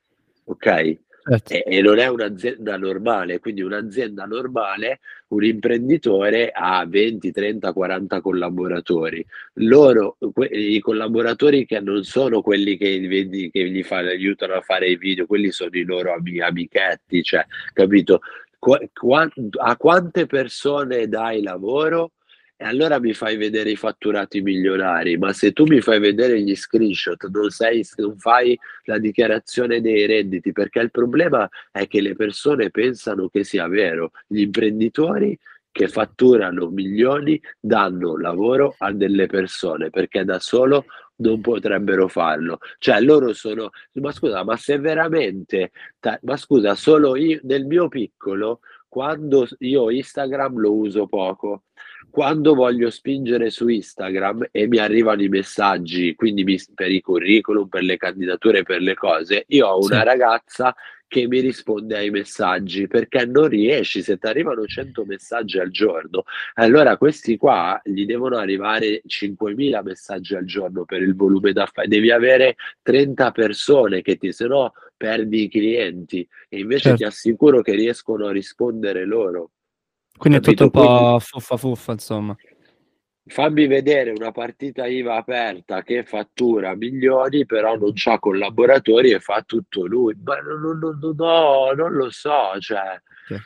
okay? certo, E e non è un'azienda normale, quindi un'azienda normale, un imprenditore ha venti, trenta, quaranta collaboratori. Loro que i collaboratori che non sono quelli che vedi che gli fa aiutano a fare i video, quelli sono i loro ami amichetti, cioè, capito? Qua quan a quante persone dai lavoro? E allora mi fai vedere i fatturati milionari, ma se tu mi fai vedere gli screenshot, non sei s non fai la dichiarazione dei redditi, perché il problema è che le persone pensano che sia vero. Gli imprenditori che fatturano milioni danno lavoro a delle persone, perché da solo non potrebbero farlo. Cioè loro sono ma scusa, ma se veramente ta ma scusa, solo io nel mio piccolo, quando s io Instagram lo uso poco, quando voglio spingere su Instagram e mi arrivano i messaggi, quindi mi s per i curriculum, per le candidature, per le cose, io ho una sì, ragazza che mi risponde ai messaggi, perché non riesci, se t'arrivano cento messaggi al giorno, allora questi qua gli devono arrivare cinquemila messaggi al giorno per il volume d'affa devi avere trenta persone che ti se no perdi i clienti, e invece ti certo. assicuro che riescono a rispondere loro, Quindi è tutto un capito? Quindi po' fuffa fuffa, insomma. fammi vedere una partita I V A aperta che fattura milioni, però non c'ha collaboratori e fa tutto lui. Ma no no no no no, non lo so, cioè Sì.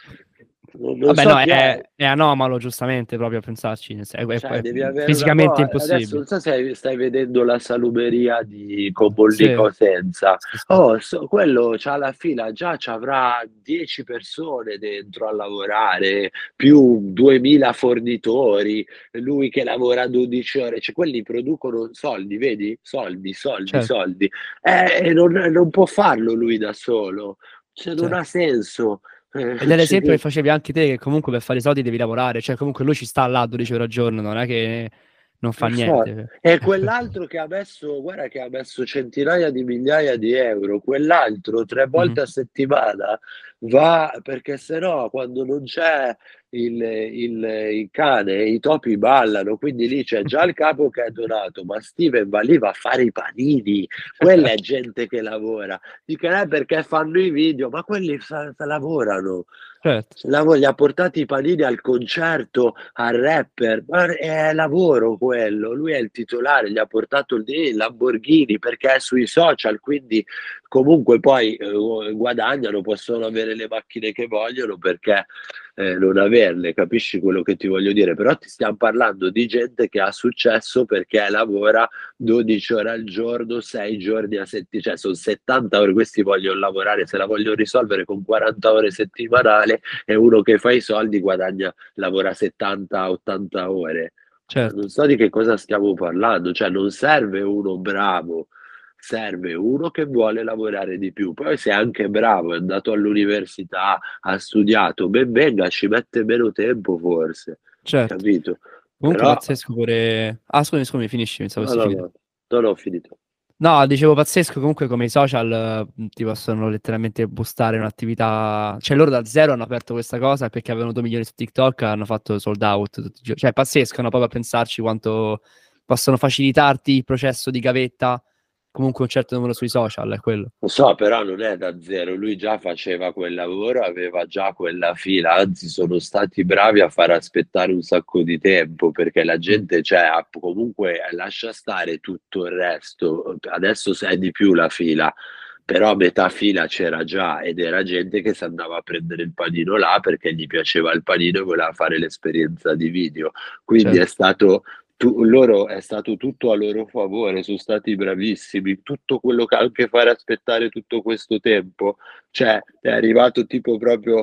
non non Vabbè, so no, chi è. è, è anomalo, giustamente, proprio a pensarci. nel sen- È, è- Cioè è devi avere una mo fisicamente adesso impossibile. non so se hai stai vedendo la salumeria di Sì, Combolli Senza. sì, sì. Oh, so quello c'ha la fila, già c'avrà dieci persone dentro a lavorare, più duemila fornitori, lui che lavora dodici ore, cioè quelli producono soldi, vedi? Soldi, soldi, Certo, soldi. Eh, e non non può farlo lui da solo, cioè non ha certo. senso. Ed Eh, è cioè l'esempio che de facevi anche te, che comunque per fare i soldi devi lavorare, cioè comunque lui ci sta là dodici ore al giorno, non è che non fa Per for niente. e quell'altro che ha messo guarda che ha messo centinaia di migliaia di euro, quell'altro tre Mh-mh. volte a settimana va perché se no quando non c'è il il il cane, i topi ballano, quindi lì c'è già il capo che è donato, ma Steven va lì, va a fare i panini, quella è gente che lavora. Dicono: "Eh, perché fanno i video", ma quelli sa sa lavorano. Certo, Lavo Gli ha portato i panini al concerto, al rapper, ma è lavoro quello. Lui è il titolare, gli ha portato il il Lamborghini perché è sui social, quindi comunque poi, uhm, guadagnano, possono avere le macchine che vogliono perché, ehm, non averle, capisci quello che ti voglio dire? Però ti stiam parlando di gente che ha successo perché lavora dodici ore al giorno, sei giorni a setti cioè son settanta ore, questi voglion lavorare, se la voglion risolvere con quaranta ore settimanale, e uno che fa i soldi guadagna lavora settanta, ottanta ore. Ma certo, non so di che cosa stiamo parlando, cioè non serve uno bravo, serve uno che vuole lavorare di più. Poi se è anche bravo, è andato all'università, ha studiato, ben venga, ci mette meno tempo forse, certo. capito? Comunque Però pazzesco pure ah scusami, scusami, finisci, pensavo no, avessi no, finito. no, non ho finito. No, dicevo pazzesco comunque come i social, mhmm, ti possono letteralmente boostare un'attività cioè loro da zero hanno aperto questa cosa perché avevano due milioni su TikTok, hanno fatto sold out tutti i gio cioè è pazzesco, no, proprio a pensarci quanto possono facilitarti il processo di gavetta, comunque un certo numero sui social, è quello. Lo so, però non è da zero, lui già faceva quel lavoro, aveva già quella fila, anzi sono stati bravi a far aspettare un sacco di tempo, perché la Mh, gente cioè ha p comunque eh, lascia stare tutto il resto, adesso s è di più la fila, però metà fila c'era già ed era gente che s'andava a prendere il panino là perché gli piaceva il panino e voleva fare l'esperienza di video. Quindi è certo, stato tu loro è stato tutto a loro favore, son stati bravissimi. Tutto quello che anche fare aspettare tutto questo tempo, cioè è arrivato tipo proprio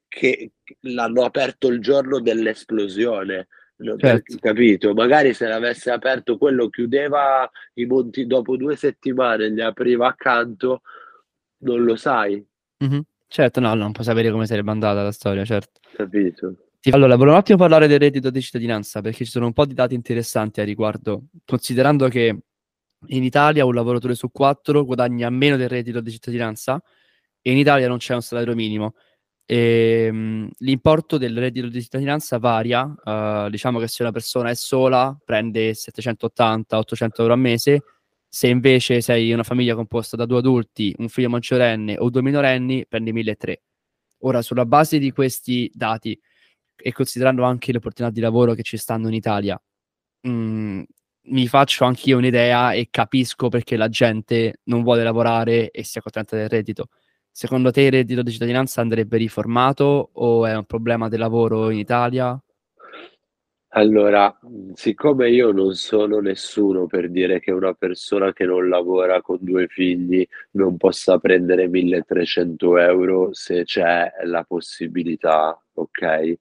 che l'hanno aperto il giorno dell'esplosione, no, per Certo. capito? Magari se l'avesse aperto quello chiudeva i monti dopo due settimane, gli apriva accanto, non lo sai, Mh-mh. Certo, no, non puoi sapere come sarebbe andata la storia, certo. capito? Sì, allora volevo un attimo parlare del reddito di cittadinanza, perché ci sono un po' di dati interessanti a riguardo, considerando che in Italia un lavoratore su quattro guadagna meno del reddito di cittadinanza e in Italia non c'è un salario minimo. Ehm, l'importo del reddito di cittadinanza varia, uhm, diciamo che se una persona è sola prende settecentottanta, ottocento euro € a mese, se invece sei una famiglia composta da due adulti, un figlio maggiorenne o due minorenni prendi milletrecento. Ora, sulla base di questi dati e considerando anche le opportunità di lavoro che ci stanno in Italia, mhmm, mi faccio anch'io un'idea e capisco perché la gente non vuole lavorare e si accontenta del reddito. Secondo te il reddito di cittadinanza andrebbe riformato o è un problema del lavoro in Italia? Allora, mhmm, siccome io non sono nessuno per dire che una persona che non lavora con due figli non possa prendere milletrecento euro se c'è la possibilità, okay,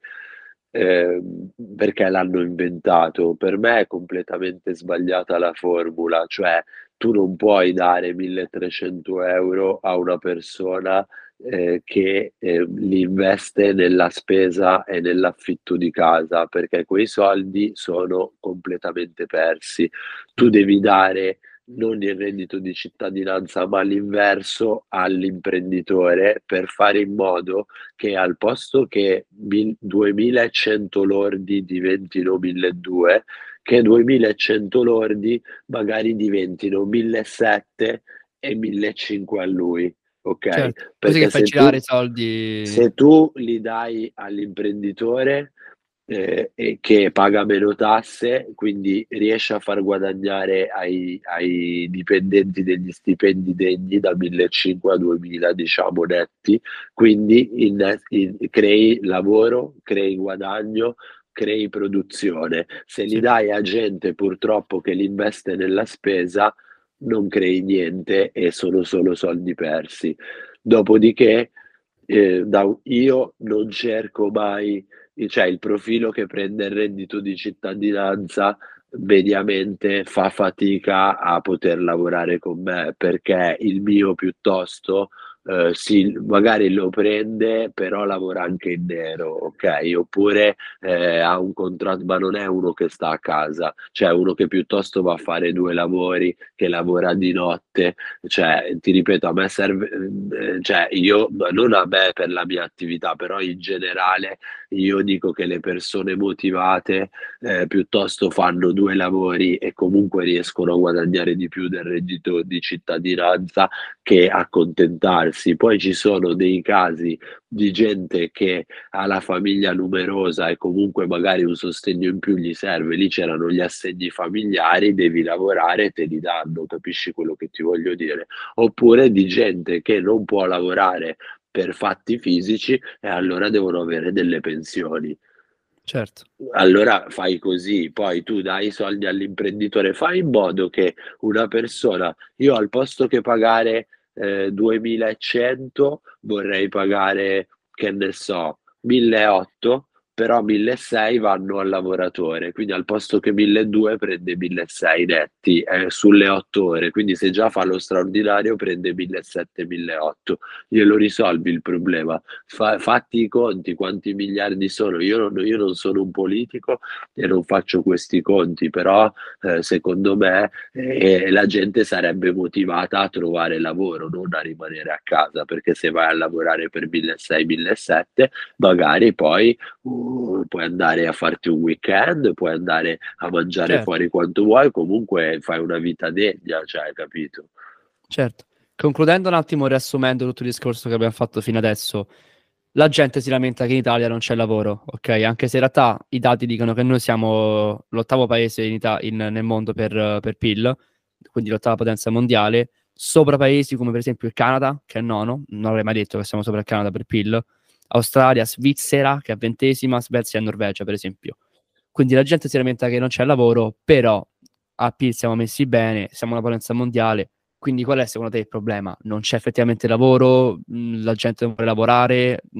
ehm, perché l'hanno inventato. Per me è completamente sbagliata la formula, cioè tu non puoi dare milletrecento euro a una persona ehm, che, ehm, li investe nella spesa e nell'affitto di casa, perché quei soldi sono completamente persi. Tu devi dare non il reddito di cittadinanza, ma l'inverso all'imprenditore per fare in modo che al posto che mil duemilacento lordi diventino milleduecento, che duemilacento lordi magari diventino millesettecento e millecinquecento a lui. Okay, Certo, così che perché fai se girare tu i soldi. se tu li dai all'imprenditore, ehm, e che paga meno tasse, quindi riesce a far guadagnare ai ai dipendenti degli stipendi degni da millecinquecento a duemila diciamo netti, quindi in in crei lavoro, crei guadagno, crei produzione. Se li Sì, dai a gente purtroppo che li investe nella spesa, non crei niente e sono solo soldi persi. Dopodiché, ehm, da u io non cerco mai i cioè il profilo che prende il reddito di cittadinanza mediamente fa fatica a poter lavorare con me, perché il mio piuttosto, uhm, sì, magari lo prende, però lavora anche in nero, okay, oppure, ehm, ha un contrat ma non è uno che sta a casa, cioè uno che piuttosto va a fare due lavori, che lavora di notte, cioè, ti ripeto, a me serve ehm, cioè io ma non a me per la mia attività, però in generale io dico che le persone motivate, ehm, piuttosto fanno due lavori e comunque riescono a guadagnare di più del reddito di cittadinanza che accontentarsi. Poi ci sono dei casi di gente che ha la famiglia numerosa e comunque magari un sostegno in più gli serve, lì c'erano gli assegni familiari, devi lavorare e te li danno, capisci quello che ti voglio dire? Oppure di gente che non può lavorare per fatti fisici e allora devono avere delle pensioni. certo. Allora fai così, poi tu dai i soldi all'imprenditore, fai in modo che una persona io al posto che pagare, ehm, duemilacento vorrei pagare, che ne so, milleottocento, però milleseicento vanno al lavoratore, quindi al posto che milleduecento prende milleseicento netti, ehm, sulle otto ore, quindi se già fa lo straordinario prende millesettecento e milleottocento. Glielo risolvi il problema. Fa fatti i conti, quanti miliardi sono. Io non io non sono un politico e non faccio questi conti, però, ehm, secondo me, ehm, la gente sarebbe motivata a trovare lavoro, non a rimanere a casa, perché se vai a lavorare per milleseicento, millesettecento magari poi, uhm, puoi andare a farti un weekend, puoi andare a mangiare Certo. fuori quanto vuoi, comunque fai una vita degna, cioè capito? Certo. Concludendo un attimo, riassumendo tutto il discorso che abbiam fatto fino adesso, la gente si lamenta che in Italia non c'è lavoro, okay, anche se in realtà i dati dicono che noi siamo l'ottavo paese in Ita in nel mondo per per P I L, quindi l'ottava potenza mondiale, sopra paesi come per esempio il Canada, che è nono, non avrei mai detto che siamo sopra il Canada per P I L, Australia, Svizzera che è ventesima, Svezia e Norvegia per esempio. Quindi la gente si lamenta che non c'è lavoro, però a P I L siamo messi bene, siamo una potenza mondiale. Quindi qual è secondo te il problema? Non c'è effettivamente lavoro, mhmm, la gente non vuole lavorare, mhmm,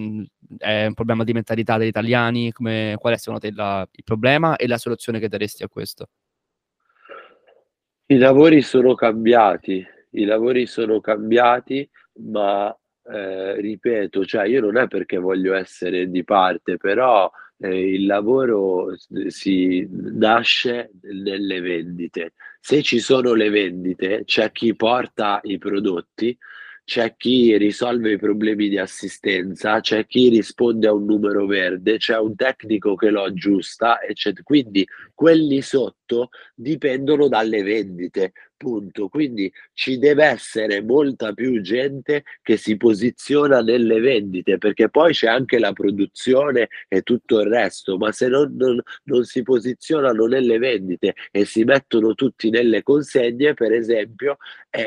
è un problema di mentalità degli italiani? Come, qual è secondo te la, il problema e la soluzione che daresti a questo? I lavori sono cambiati, i lavori sono cambiati, ma eh, ripeto, cioè io non è perché voglio essere di parte, però eh, il lavoro s- si nasce nelle vendite. Se ci sono le vendite, c'è chi porta i prodotti, c'è chi risolve i problemi di assistenza, c'è chi risponde a un numero verde, c'è un tecnico che lo aggiusta, eccetera. Quindi quelli sotto dipendono dalle vendite, punto. Quindi ci deve essere molta più gente che si posiziona nelle vendite, perché poi c'è anche la produzione e tutto il resto, ma se non, non- non si posizionano nelle vendite e si mettono tutti nelle consegne, per esempio,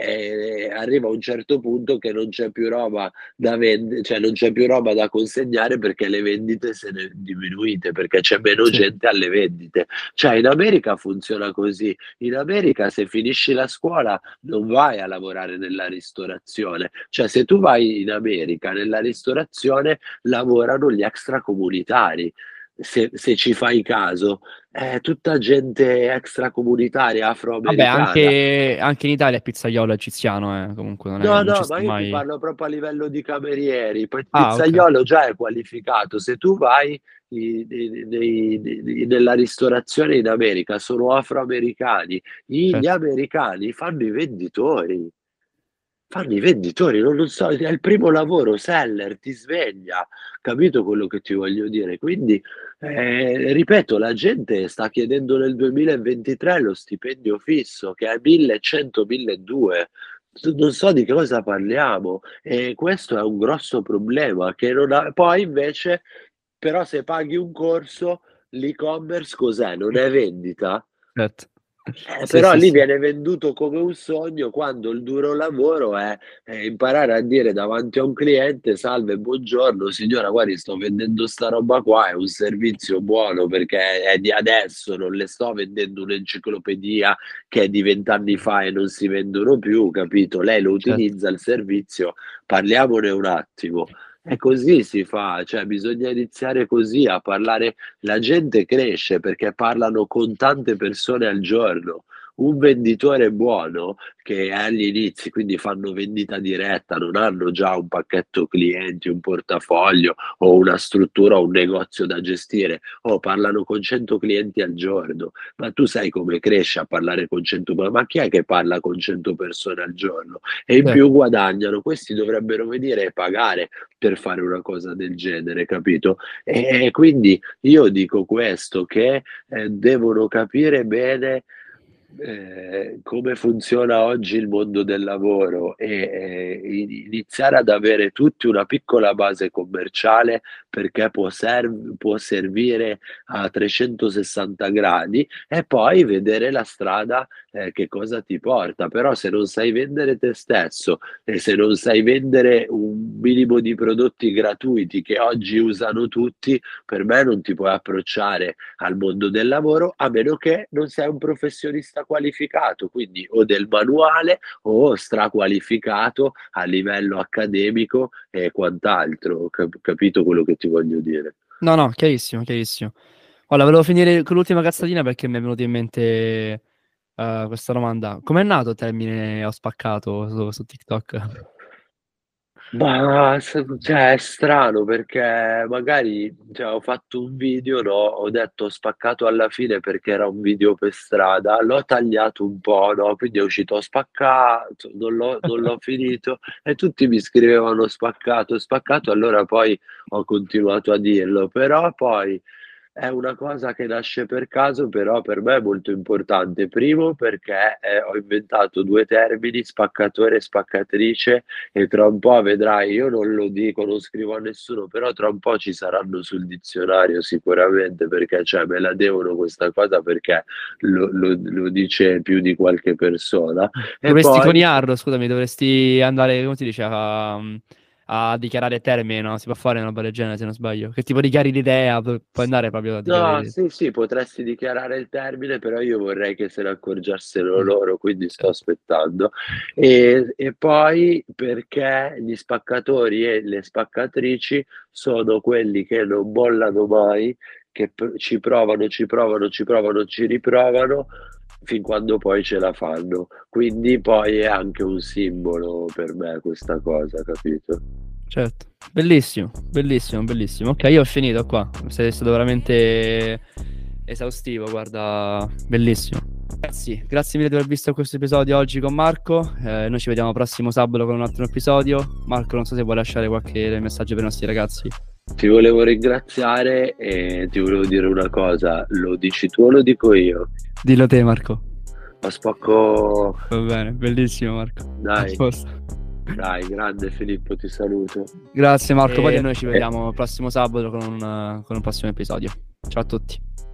eh, arriva un certo punto che non c'è più roba da vendere, cioè non c'è più roba da consegnare perché le vendite se ne diminuite, perché c'è meno Sì. gente alle vendite. Cioè in America funziona così. In America se finisci la scuola non vai a lavorare nella ristorazione. Cioè se tu vai in America nella ristorazione lavorano gli extracomunitari. Se, se ci fai caso, è tutta gente extracomunitaria Vabbè, afroamericana. anche, anche in Italia il pizzaiolo è egiziano, eh, comunque non, è, No, non ci no, sta ma io ti mai... parlo proprio a livello di camerieri. Poi il Ah, ok. pizzaiolo già è qualificato. Se tu vai i- nei- nei- nei- nella ristorazione in America, sono afroamericani. I- Gli Certo. americani fanno i venditori. Fanno i venditori, non lo so, è il primo lavoro, seller, ti sveglia, capito quello che ti voglio dire? Quindi, eh, ripeto, la gente sta chiedendo nel duemilaventitré lo stipendio fisso, che è millecento milleduecento. Non so di che cosa parliamo, e questo è un grosso problema, che non ha... Poi invece, però se paghi un corso, l'e-commerce cos'è? Non è vendita? Certo. Eh, Sì, però sì, lì sì. viene venduto come un sogno quando il duro lavoro è, è imparare a dire davanti a un cliente: salve, buongiorno, signora, guardi, sto vendendo sta roba qua, è un servizio buono perché è di adesso, non le sto vendendo un'enciclopedia che è di vent'anni fa e non si vendono più, capito? Lei lo Certo. utilizza il servizio, parliamone un attimo. E così si fa, cioè bisogna iniziare così a parlare. La gente cresce perché parlano con tante persone al giorno. Un venditore buono che è agli inizi, quindi fanno vendita diretta, non hanno già un pacchetto clienti, un portafoglio o una struttura o un negozio da gestire, o parlano con cento clienti al giorno. Ma tu sai come cresce a parlare con cento, ma ma chi è che parla con cento persone al giorno? E in Certo. più guadagnano, questi dovrebbero venire e pagare per fare una cosa del genere, capito? E quindi io dico questo, che eh, devono capire bene eh, come funziona oggi il mondo del lavoro e eh, in- iniziare ad avere tutti una piccola base commerciale perché può, serv- può servire a trecentosessanta gradi e poi vedere la strada eh, che cosa ti porta. Però se non sai vendere te stesso e se non sai vendere un minimo di prodotti gratuiti che oggi usano tutti, per me non ti puoi approcciare al mondo del lavoro a meno che non sei un professionista qualificato, quindi o del manuale o straqualificato a livello accademico e quant'altro. Cap- capito quello che ti voglio dire? No, no, chiarissimo, chiarissimo. Allora, volevo finire con l'ultima cazzatina perché mi è venuta in mente eh, questa domanda. Com'è nato il termine ho spaccato su, su TikTok? Ma s- cioè, è strano perché magari cioè, ho fatto un video, no? Ho detto ho spaccato alla fine perché era un video per strada, l'ho tagliato un po', no? Quindi è uscito ho spaccato, non l'ho non l'ho finito e tutti mi scrivevano spaccato, spaccato, allora poi ho continuato a dirlo, però poi è una cosa che nasce per caso, però per me è molto importante. Primo perché eh, ho inventato due termini, spaccatore e spaccatrice, e tra un po' vedrai, io non lo dico, non scrivo a nessuno, però tra un po' ci saranno sul dizionario sicuramente, perché cioè, me la devono questa cosa perché lo, lo- lo dice più di qualche persona. E Dovresti poi coniarlo, scusami, dovresti andare, come si dice, a, a a dichiarare il termine, no? Si può fare una roba del genere, se non sbaglio. Che tipo dichiari l'idea, pu puoi andare proprio a No, dichiarare sì, sì, potresti dichiarare il termine, però io vorrei che se ne accorgessero Mh, loro, quindi sto certo. aspettando. E e poi perché gli spaccatori e le spaccatrici sono quelli che non mollano mai, che p ci provano, ci provano, ci provano, ci riprovano, fin quando poi ce la fanno. Quindi poi è anche un simbolo per me questa cosa, capito? Certo, bellissimo, bellissimo, bellissimo. Okay, io ho finito qua. Sei stato veramente esaustivo, guarda, bellissimo. Ragazzi, grazie mille di aver visto questo episodio oggi con Marco. Eh, noi ci vediamo prossimo sabato con un altro episodio. Marco, non so se vuoi lasciare qualche messaggio per i nostri ragazzi. Ti volevo ringraziare e ti volevo dire una cosa, lo dici tu o lo dico io? Dillo te, Marco. A spacco. Va bene, bellissimo, Marco. A Dai, posto. dai, grande Filippo, ti saluto. Grazie Marco, poi E noi ci e vediamo il prossimo sabato con un, con un prossimo episodio. Ciao a tutti.